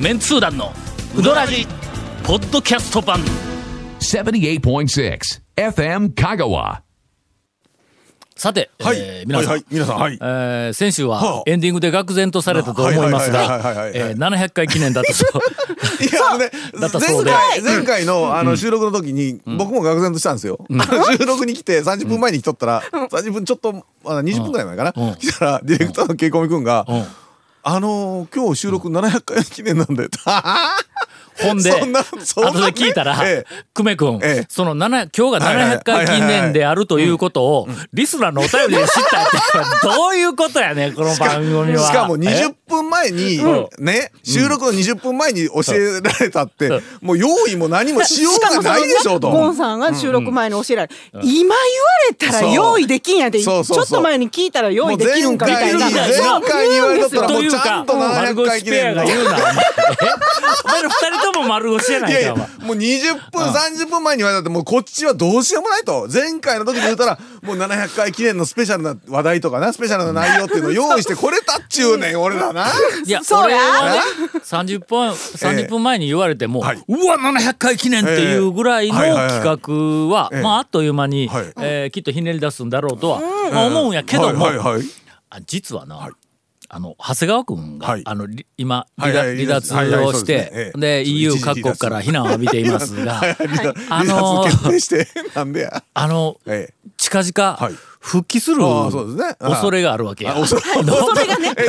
メンツー団のウドラジポッドキャスト版 78.6 FM 香川。 さて、 はい皆さん、 はいはい、皆さん、はい。 先週ははあエンディングで愕然とされたと思いますが700回記念だったそういや、ね、 だったそうで前回の、収録の時に、僕も愕然としたんですよ。収録に来て30分前に来とったら、30分ちょっと、20分ぐらい前かな。来たら、ディレクターのケイコミ君が、今日収録700回記念なんで。 ほんで後で聞いたら久米君その今日が700回記念であるということをリスナーのお便りで知ったってどういうことやねこの番組は。 しかも20分前にね、収録の20分前に教えられたってもう用意も何もしようがないでしょうと。 ゴンさんが収録前に教えられ今言われたら用意できんやでちょっと前に聞いたら用意できるんかみたいな。 前回に言われたらもうちゃんと700回記念のお前ら2人とも丸腰やないか。 いやいやもう20分30分前に言われたってもうこっちはどうしようもないと。前回の時に言うたらもう700回記念のスペシャルな話題とかなスペシャルな内容っていうのを用意してこれたっちゅうねん俺らな。 いや俺はね30分前に言われても、はい、うわ700回記念っていうぐらいの企画はまああっという間に、きっとひねり出すんだろうとは、思うんやけども、実はな、はい、長谷川君が、今離脱をして、で EU 各国から非難を浴びていますが離脱決定してなんでや近々、復帰する恐れがあるわけや。 恐れがね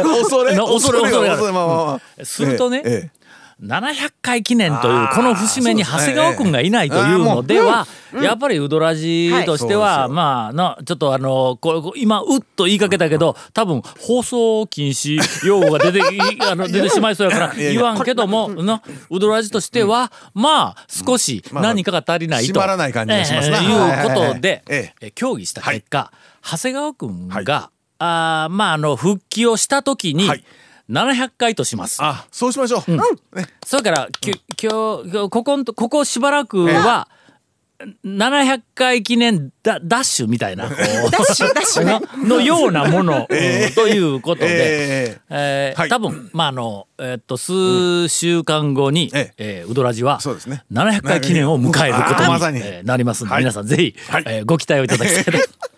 するとね、700回記念というこの節目に長谷川君がいないというのではやっぱりウドラジとしてはまあちょっと今うっと言いかけたけど多分放送禁止用語が出てしまいそうやから言わんけどもウドラジとしてはまあ少し何かが足りないということで協議した結果長谷川君が復帰をした時に700回とします。 そうしましょう。 それから今日ここしばらくは700回記念ダッシュみたいなダッシュのようなものということで多分数週間後にウドラジは700回記念を迎えることになりますので皆さんぜひご期待をいただきたい。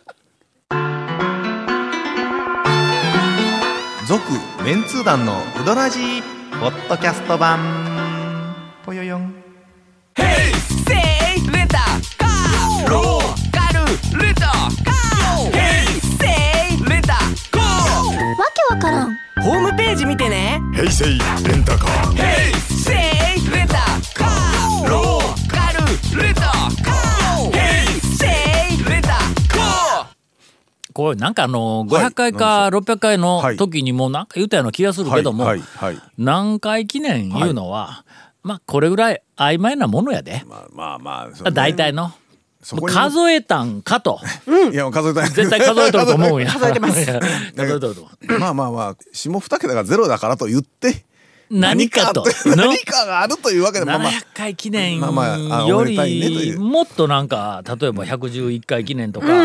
続メンツー団のウドラジーポッドキャスト版ぽよよん。 ヘイセイレンタカーローカルレンタカーヘイセイレンタカーわけわからんホームページ見てね。 ヘイセイレンタカーヘイセイレンタカーローカルレンタカーヘイセイレンタカー。 これなんか500回か600回の時にもなんか言ったような気がするけども何回記念いうのはまあこれぐらい曖昧なものやで大体の数えたんかといや数えた絶対数えとると思うんや。 数えてます。 まあ下2桁がゼロだからと言って何かがあるというわけで 700回記念よりもっとなんか例えば111回記念とか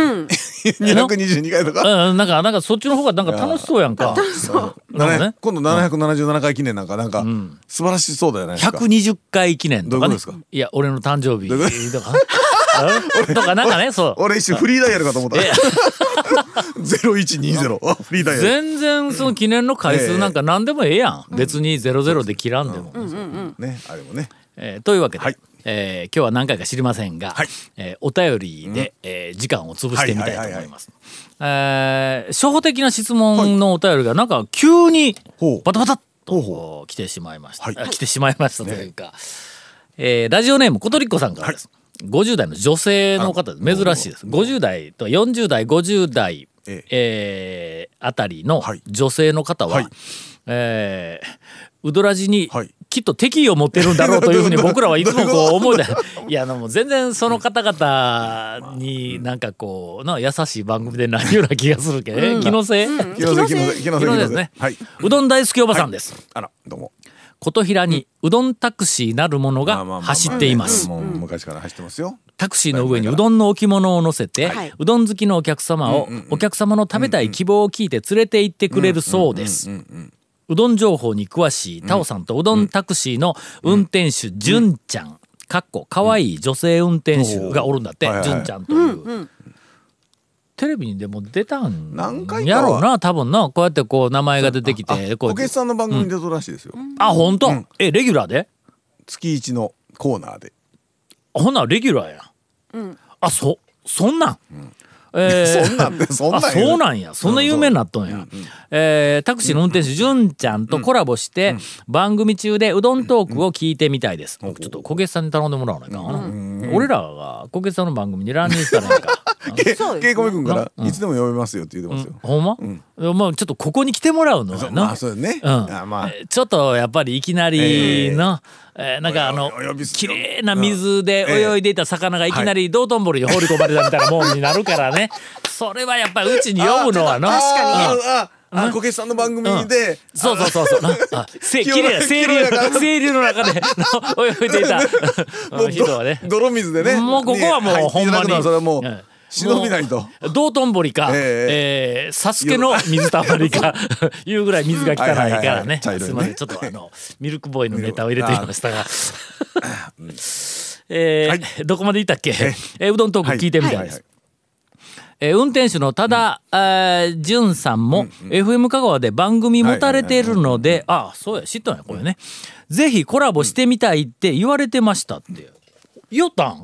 222回とかなんかそっちの方がなんか楽しそうやんか。 今度777回記念なんか素晴らしそうだよね。 120回記念とかね。いや俺の誕生日とかとかなんかね。そう俺一瞬フリーダイヤルかと思った。0120フリーダイヤル。 全然その記念の回数なんか何でもええやん。別に00で切らんでもねあれもね。 というわけで今日は何回か知りませんがお便りで時間を潰してみたいと思います。初歩的な質問のお便りがなんか急にバタバタっと来てしまいました。来てしまいましたというかラジオネームことりっこさんからです。50代の女性の方です。珍しいです。50代と40代50代あたりの女性の方はウドラジにきっと敵意を持ってるんだろうというふうに僕らはいつもこう思ういやもう全然その方々になんかこう優しい番組でないような気がするけど気のせいですね。うどん大好きおばさんです。 あらどうも。 琴平にうどんタクシーなるものが走っています。 昔から走ってますよ。 タクシーの上にうどんの置物を乗せてうどん好きのお客様をお客様の食べたい希望を聞いて連れて行ってくれるそうです。ううどん情報に詳しいタオさんとうどんタクシーの運転手純ちゃんかっこかわいい女性運転手がおるんだって、純ちゃんという、テレビにでも出たんやろうな多分な。こうやってこう名前が出てきておけさんの番組に出とるらしいですよ。 あ、本当？レギュラーで月1のコーナーで。 ほんならレギュラーや。あ、そんなん、 そんなんでそんなんや。 そうなんや。そんな有名になっとんや。タクシーの運転手純ちゃんとコラボして番組中でうどんトークを聞いてみたいです。ちょっと小月さんに頼んでもらわないかな。俺らが小月さんの番組に乱入したらいいか。 ケイコミ君からいつでも呼べますよって言ってますよ。 ほんま？まあちょっとここに来てもらうのはな。 まあそうね。 ちょっとやっぱりいきなりのなんか綺麗な水で泳いでいた魚がいきなり道頓堀に放り込まれたみたいなもんになるからね。それはやっぱりうちに呼ぶのはな。 確かに。 小毛さんの番組で、 そう綺麗な清流の中で泳いでいた人はね、 泥水でね、 もうここはもうほんまにそれはもう忍びないと。 道頓堀かサスケの水たまりかいうぐらい水が汚いからね。すいません、ちょっとミルクボーイのネタを入れてみましたがどこまでいったっけ。うどんトーク聞いてみたいです。運転手の多田淳さんも FM 香川で番組持たれているので、そうや知ったんやこれね。ぜひコラボしてみたいって言われてましたって言ったん。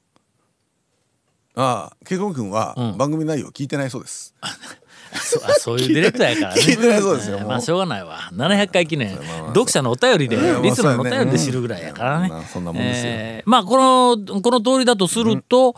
ケイコミ君は番組内容聞いてないそうです。 そういうディレクターやからね。 聞いてないそうですよ。 まあしょうがないわ。700回記念読者のお便りでリスナーのお便りで知るぐらいやからね。 そんなもんですよ。 まあこの通りだとすると、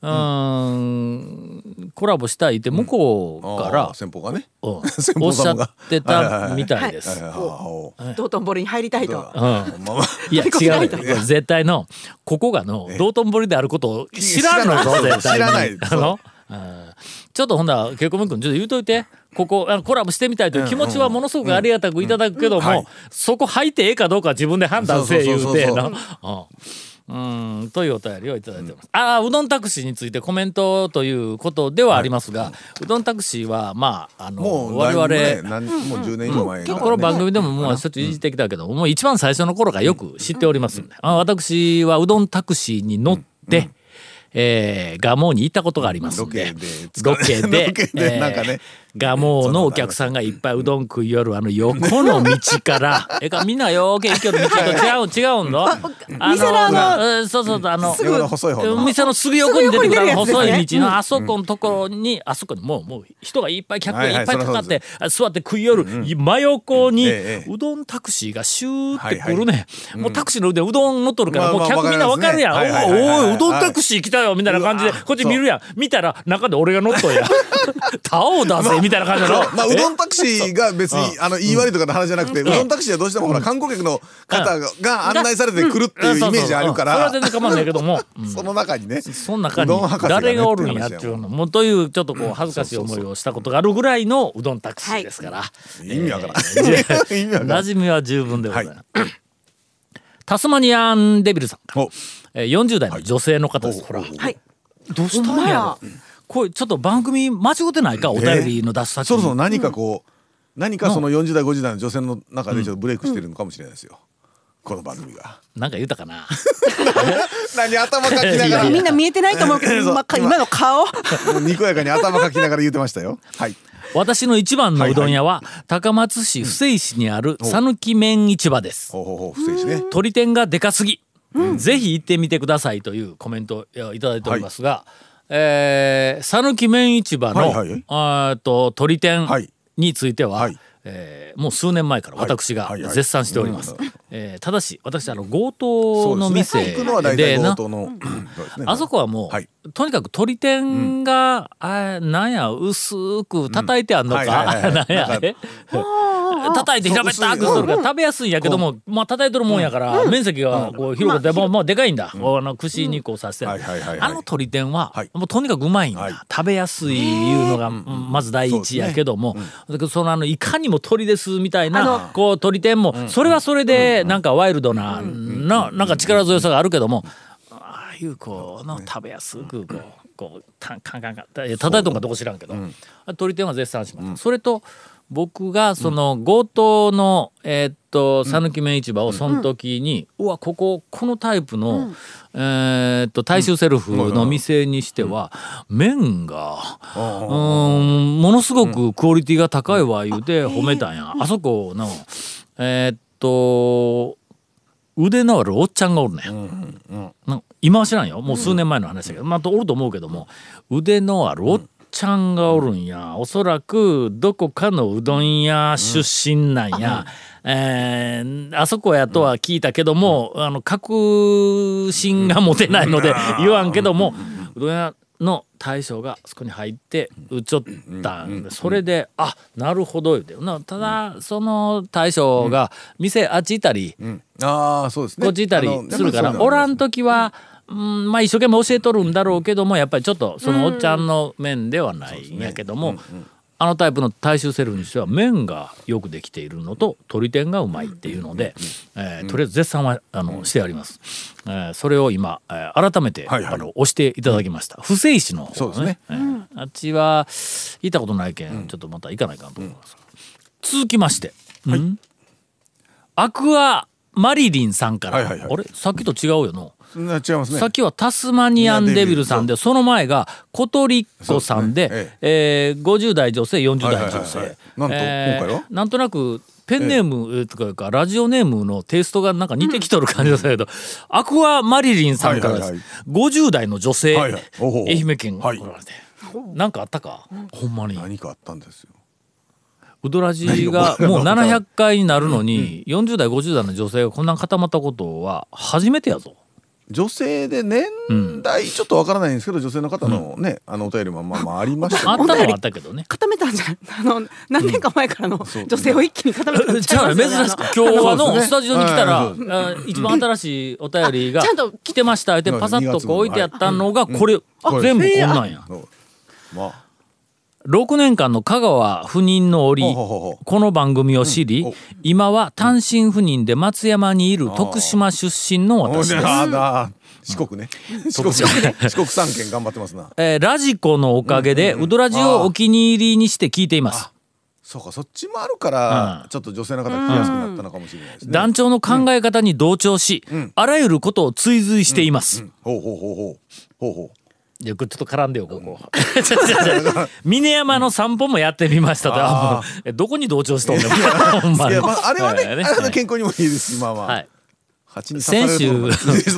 コラボしたいって向こうから先方がねおっしゃってたみたいです。 道頓堀に入りたいと。 いや違う、絶対のここがの道頓堀であることを知らんのぞ絶対に。 知らない。 ちょっとほんだケイコミ君ちょっと言うといて、ここコラボしてみたいという気持ちはものすごくありがたくいただくけども、そこ入ってええかどうか自分で判断せえ言うてなというお便りをいただいてます。うどんタクシーについてコメントということではありますが、うどんタクシーはまあもう我々 もう10年以上前この番組でももうしょっちゅういじってきたけど、もう一番最初の頃からよく知っておりますんで、私はうどんタクシーに乗って蒲生に行ったことがありますんで、ロケでなんかね、蒲生のお客さんがいっぱいうどん食いよる横の道からみんなよけ行きよる道と違うんだ。 店のそう店のすぐ横に出てくる細い道のあそこのところにもう人がいっぱい客がいっぱいかかって座って食いよる真横にうどんタクシーがシューってくるね。もうタクシーの腕うどん乗っとるからもう客みんな分かるやん。おい、うどんタクシー来たよみたいな感じでこっち見るやん。見たら中で俺が乗っとんや。タオだぜみたいな感じの。 うどんタクシーが別に言い悪いとかの話じゃなくて、うどんタクシーはどうしてもほら観光客の方が案内されてくるっていうイメージあるから、 それは全然構わないけども、 その中にね、 その中に誰がおるんやっていうのもというちょっとこう恥ずかしい思いをしたことがあるぐらいのうどんタクシーですから、 意味わからん。 馴染みは十分でございます。タスマニアンデビルさんから40代の女性の方です。ほら、どうしたんやろ。これちょっと番組間違ってないか、お便りの出す先にそろそろ何かその40代50代の女性の中でちょっとブレイクしてるのかもしれないですよ、この番組が。 なんか言ったかな。 何頭かきながら。 みんな見えてないと思うけど今の顔にこやかに頭かきながら言ってましたよ。 私の一番のうどん屋は高松市布施市にある讃岐麺市場です。鶏天がでかすぎ、ぜひ行ってみてくださいというコメントをいただいておりますが、讃岐麺市場の鶏天についてはもう数年前から私が絶賛しております。ただし私強盗の店でな、あそこはもうとにかく鶏天がなんや薄く叩いてあんのか、なんや叩いて平べったくするから食べやすいんやけども、まあ叩いとるもんやから面積がこう広くてもうでかいんだ。串にこう刺して鶏天はもうとにかくうまいんだ。食べやすいいうのがまず第一やけども、そのいかにも鶏ですみたいなこう鶏天もそれはそれでなんかワイルドなんか力強さがあるけども、ああいうこう食べやすくこうこうカンカン叩いとんかどこ知らんけど、鳥天は絶賛しました。それと僕がその強盗の讃岐麺市場をその時に、うわこのタイプの大衆セルフの店にしては麺がものすごくクオリティが高いわ言うて褒めたんや。あそこの腕のあるおっちゃんがおるね、今は知らんよ、もう数年前の話だけど、まあおると思うけども、腕のあるおっちゃんがおるんや。おそらくどこかのうどん屋出身なんや、あそこやとは聞いたけども、確信が持てないので言わんけども、うどん屋の大将がそこに入ってうちょったんで、それでなるほど言うて、ただその大将が店あっち行ったり、 そうですね、 こっち行ったりするから、おらん時はまあ一生懸命教えとるんだろうけども、やっぱりちょっとそのおっちゃんの面ではないんやけども、あのタイプの大衆セルフにしては麺がよくできているのと鶏天がうまいっていうので、とりあえず絶賛はしてあります。それを今改めて押していただきました。不正市の方ね、あっちは行ったことないけん、ちょっとまた行かないかなと思います。続きまして、アクアマリリンさんから、あれさっきと違うよの。 違いますね。 さっきはタスマニアンデビルさんで、その前がコトリッコさんで、50代女性40代女性、 なんと今回はなんとなくペンネームとかラジオネームのテイストがなんか似てきとる感じだけど、アクアマリリンさんからです、50代の女性、愛媛県がおられて、なんかあったか、ほんまに何かあったんですよ。 ウドラジがもう700回になるのに、40代50代の女性がこんな固まったことは初めてやぞ。 女性で年代ちょっとわからないんですけど、女性の方のね、お便りもまあありましたね。 あったのはあったけどね。 固めたんじゃん。何年か前からの女性を一気に固めたんじゃん。 珍しく今日のスタジオに来たら、一番新しいお便りが来てましたってパサッとこう置いてあったのが、これ全部こんなんや。6年間の香川赴任の折、この番組を知り、今は単身赴任で松山にいる徳島出身の私です。 四国ね、四国3県頑張ってますな。 ラジコのおかげでウドラジをお気に入りにして聞いています。 そうか、そっちもあるからちょっと女性の方聞きやすくなったのかもしれないですね。 団長の考え方に同調し、あらゆることを追随しています。いや、ちょっと絡んでよここ。峰山の散歩もやってみましたと。どこに同調しとんねん。 あれはね、健康にもいいです今は。 先週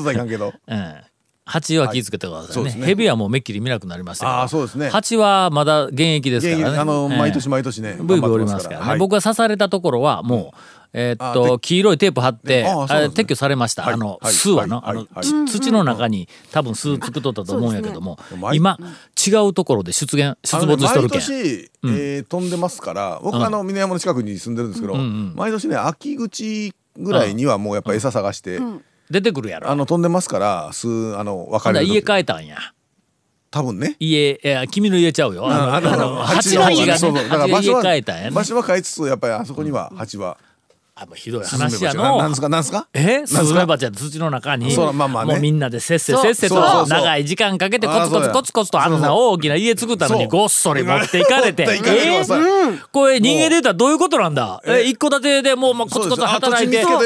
蜂は気をつけてくださいね。蛇はもうめっきり見なくなりましたけど、蜂はまだ現役ですからね。 毎年毎年ね、 ブイブイおりますからね。僕が刺されたところはもう黄色いテープ貼って撤去されました。巣は土の中に多分巣作っとったと思うんやけども、今違うところで出没しとるけん。 毎年飛んでますから、僕峰山の近くに住んでるんですけど、毎年ね、秋口ぐらいにはもうやっぱ餌探して出てくるやろ。 飛んでますから、分かれる。 家帰ったんや多分ね。 君の家ちゃうよ。蜂の家がね、家帰ったんやね。 場所は変えつつ、やっぱりあそこには蜂は。 ひどい話やの。 なんすかスズメバチは土の中にもうみんなでせっせと長い時間かけてコツコツとあんな大きな家作ったのにごっそり持っていかれて、これ人間で言ったらどういうことなんだ。一戸建てでもうコツコツ働いて、やっと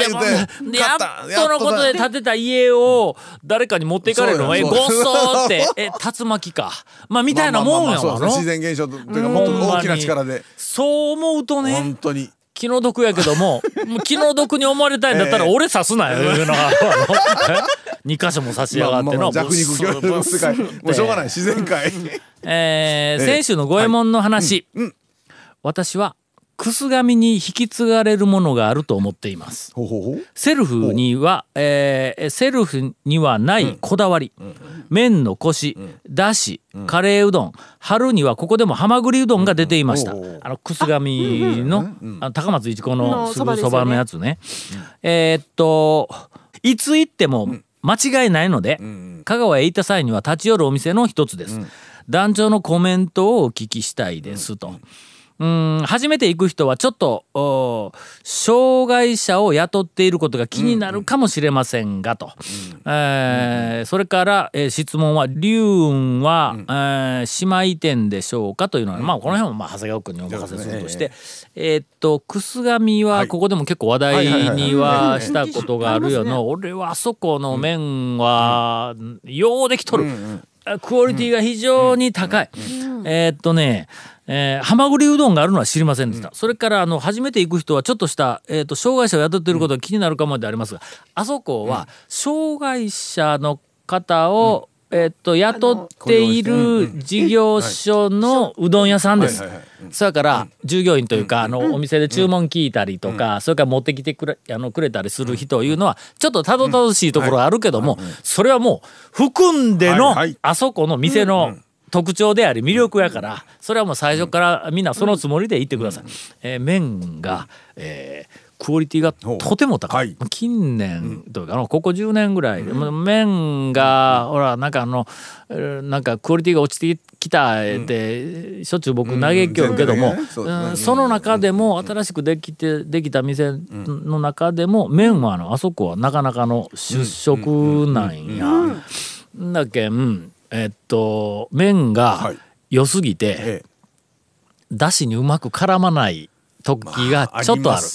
のことで建てた家を誰かに持っていかれるの。ごっそって竜巻かみたいなもんやわの。 自然現象というか、もっと大きな力で。 そう思うとね、 本当に気の毒やけども、気の毒に思われたいんだったら俺刺すなよいうのが2箇所も刺しやがっての。 弱肉強食の世界、もうしょうがない自然界。 先週の五右衛門の話、私はくす紙に引き継がれるものがあると思っています。セルフにはないこだわり、麺のコシ、だし、カレーうどん、春にはここでもハマグリうどんが出ていました。くす紙の高松一子のすぐそばのやつね。いつ行っても間違いないので、香川へ行った際には立ち寄るお店の一つです。団長のコメントをお聞きしたいですと。 初めて行く人はちょっと障害者を雇っていることが気になるかもしれませんがと、それから、質問は龍雲は、姉妹店でしょうかというのは、まあこの辺も長谷川君にお任せするとして、楠上はここでも結構話題にはしたことがあるよの、俺はあそこの麺はようできとる、クオリティが非常に高い、はまぐりうどんがあるのは知りませんでした、それから初めて行く人はちょっとした、障害者を雇っていることが気になるかもでありますが、あそこは障害者の方を、雇っている事業所のうどん屋さんです。それから従業員というかお店で注文聞いたりとか、それから持ってきてくれたりする人いうのはちょっとたどたどしいところがあるけども、それはもう含んでのあそこの店の特徴であり魅力やから、それはもう最初からみんなそのつもりで行ってください。麺が、クオリティがとても高い、近年というかここ10年ぐらいで、麺がほらなんかクオリティが落ちてきたってしょっちゅう僕嘆きよるけども、その中でも新しくできた店の中でも麺はあそこはなかなかの出色なんや、だけん麺が良すぎて、だしにうまく絡まない時がちょっとある。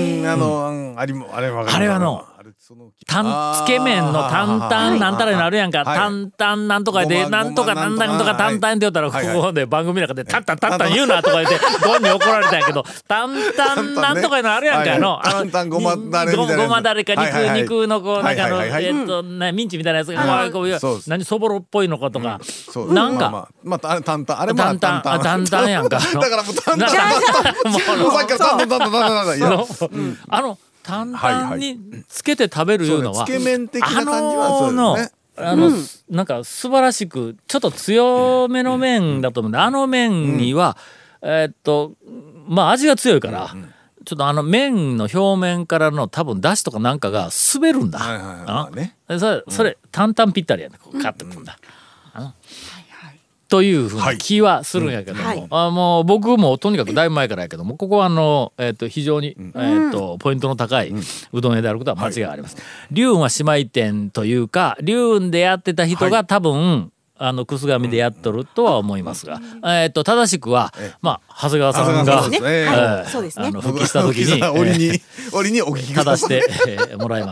あれはつけ麺の担々なんたらになるやんか、担々なんとかでなんとかなんだとか担々って言ったら、ここで番組の中でタッタンタッタン言うなとか言ってゴンに怒られたんやけど、担々なんとかいうのあるやんか担々ごまだれみたいな、 ごまだれか肉のこうなんかミンチみたいなやつがこういう何そぼろっぽいのかとか、なんか担々あれも担 々やんか。 だからもう担々もうさっきから担々 担々につけて食べるいうのは、 つけ麺的な感じはそうですね。 なんか素晴らしくちょっと強めの麺だと思うんで、麺にはまあ味が強いから、ちょっと麺の表面からの多分だしとかなんかが滑るんだ。それ担々ぴったりやね、こうカッとくるんだ。というふうな気はするんやけども、もう僕もとにかくだいぶ前からやけども、ここは非常に、ポイントの高いうどん屋であることは間違いあります。龍雲は姉妹店というか、龍雲でやってた人が多分楠上でやっとるとは思いますが、正しくはまあ長谷川さんが復帰した時に折にお聞きください。 正してもらいます。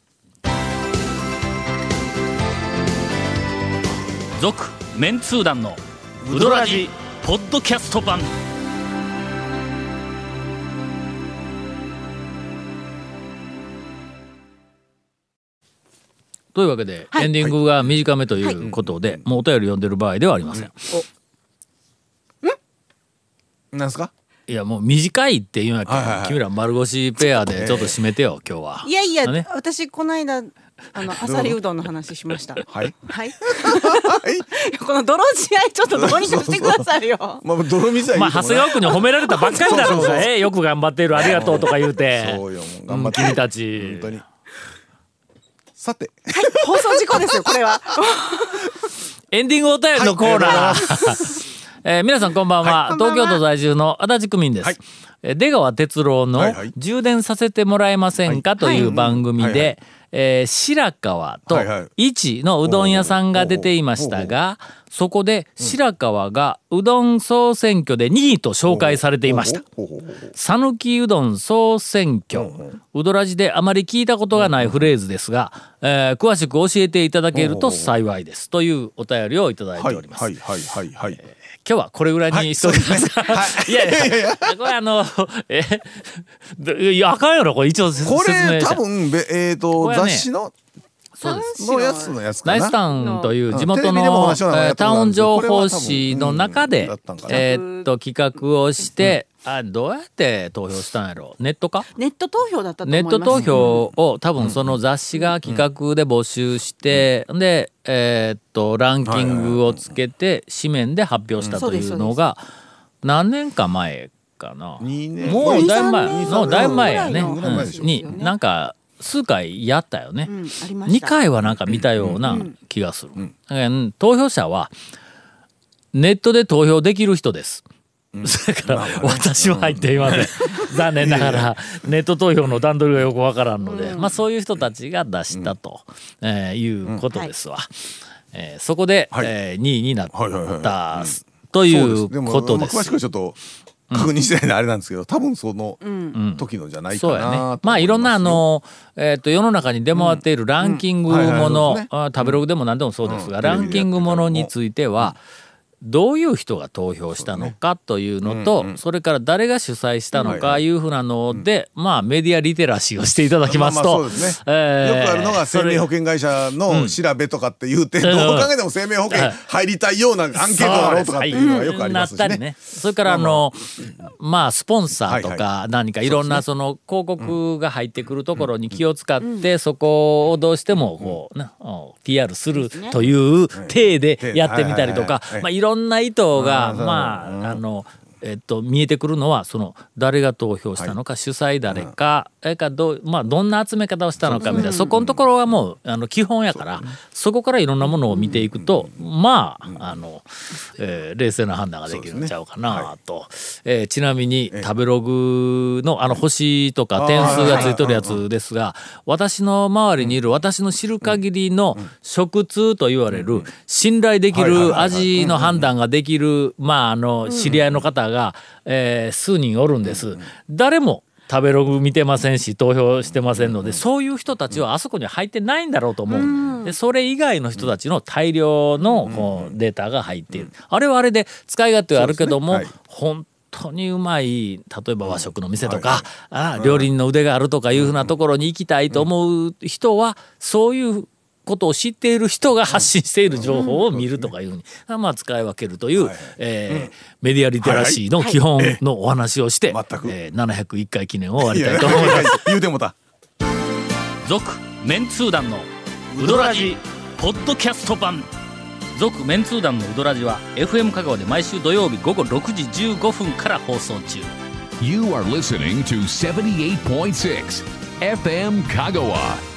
続メンツー団のウドラジポッドキャスト版。というわけで、エンディングが短めということで、もうお便り読んでる場合ではありません。 なんすか？ いやもう短いっていうんやけど、君ら丸腰ペアでちょっと締めてよ、今日は。 いやいや、私この間あさりうどんの話しました。はいこの泥仕合ちょっとどうにかしてくださいよ。 泥水はいいと思う。 長谷川君に褒められたばっかりだろうが、よく頑張っている、ありがとうとか言うて。 そうよ、頑張って君たち。 本当に。さて、 放送事故ですよこれは。 エンディングお便りのコーナー。皆さんこんばんは、東京都在住の足立区民です。出川哲朗の充電させてもらえませんかという番組で、白川と一のうどん屋さんが出ていましたが、そこで白川がうどん総選挙で2位と紹介されていました。讃岐うどん総選挙、うどらじであまり聞いたことがないフレーズですが、詳しく教えていただけると幸いですというお便りをいただいております。今日はこれぐらいにしておきますか。いやこれいやあかんやろ、これ一応説明して。 これ多分雑誌ののやつかな。 ナイスタウンという地元のタウン情報誌の中で企画をして、どうやって投票したんやろ。ネットか？ ネット投票だったと思います。 ネット投票を多分その雑誌が企画で募集して、でランキングをつけて紙面で発表したというのが何年か前かな。もうだいぶ前やね。になんか数回やったよね。2回はなんか見たような気がする。投票者はネットで投票できる人です。 それから私は入っていません。残念ながらネット投票の段取りがよくわからんので、そういう人たちが出したということですわ。そこで2位になったということです。 詳しくはちょっと確認してないんであれなんですけど、多分その時のじゃないかなと思いますよ。 そうやね。まあいろんな世の中に出回っているランキングもの、食べログでも何でもそうですが、ランキングものについてはどういう人が投票したのかというのと、それから誰が主催したのかいうふうなので、まあメディアリテラシーをしていただきますと、 よくあるのが生命保険会社の調べとかって言うて、どう考えても生命保険入りたいようなアンケートだろうとかっていうのがよくありますしね。 それからまあスポンサーとか何かいろんなその広告が入ってくるところに気を使ってそこをどうしてもこうね PR するという体でやってみたりとか、まあいろんな意図がまあ見えてくるのはその誰が投票したのか、主催誰か、どんな集め方をしたのかみたいな、そこのところはもう基本やから、そこからいろんなものを見ていくとまあ冷静な判断ができるんちゃうかなと。ちなみに食べログの星とか点数がついとるやつですが、私の周りにいる私の知る限りの食通と言われる信頼できる味の判断ができる知り合いの方が数人おるんです。誰も食べログ見てませんし投票してませんので、そういう人たちはあそこには入ってないんだろうと思う。でそれ以外の人たちの大量のデータが入っている。あれはあれで使い勝手はあるけども、本当にうまい例えば和食の店とか、料理人の腕があるとかいうふうなところに行きたいと思う人は、そういうことを知っている人が発信している情報を見るとかいうふうに、使い分けるというメディアリテラシーの基本のお話をして、701回記念を終わりたいと思います。 言うてもた続メンツー団のウドラジポッドキャスト版。続メンツー団のウドラジは FM 香川で毎週土曜日午後6時15分から放送中。 You are listening to 78.6 FM 香川。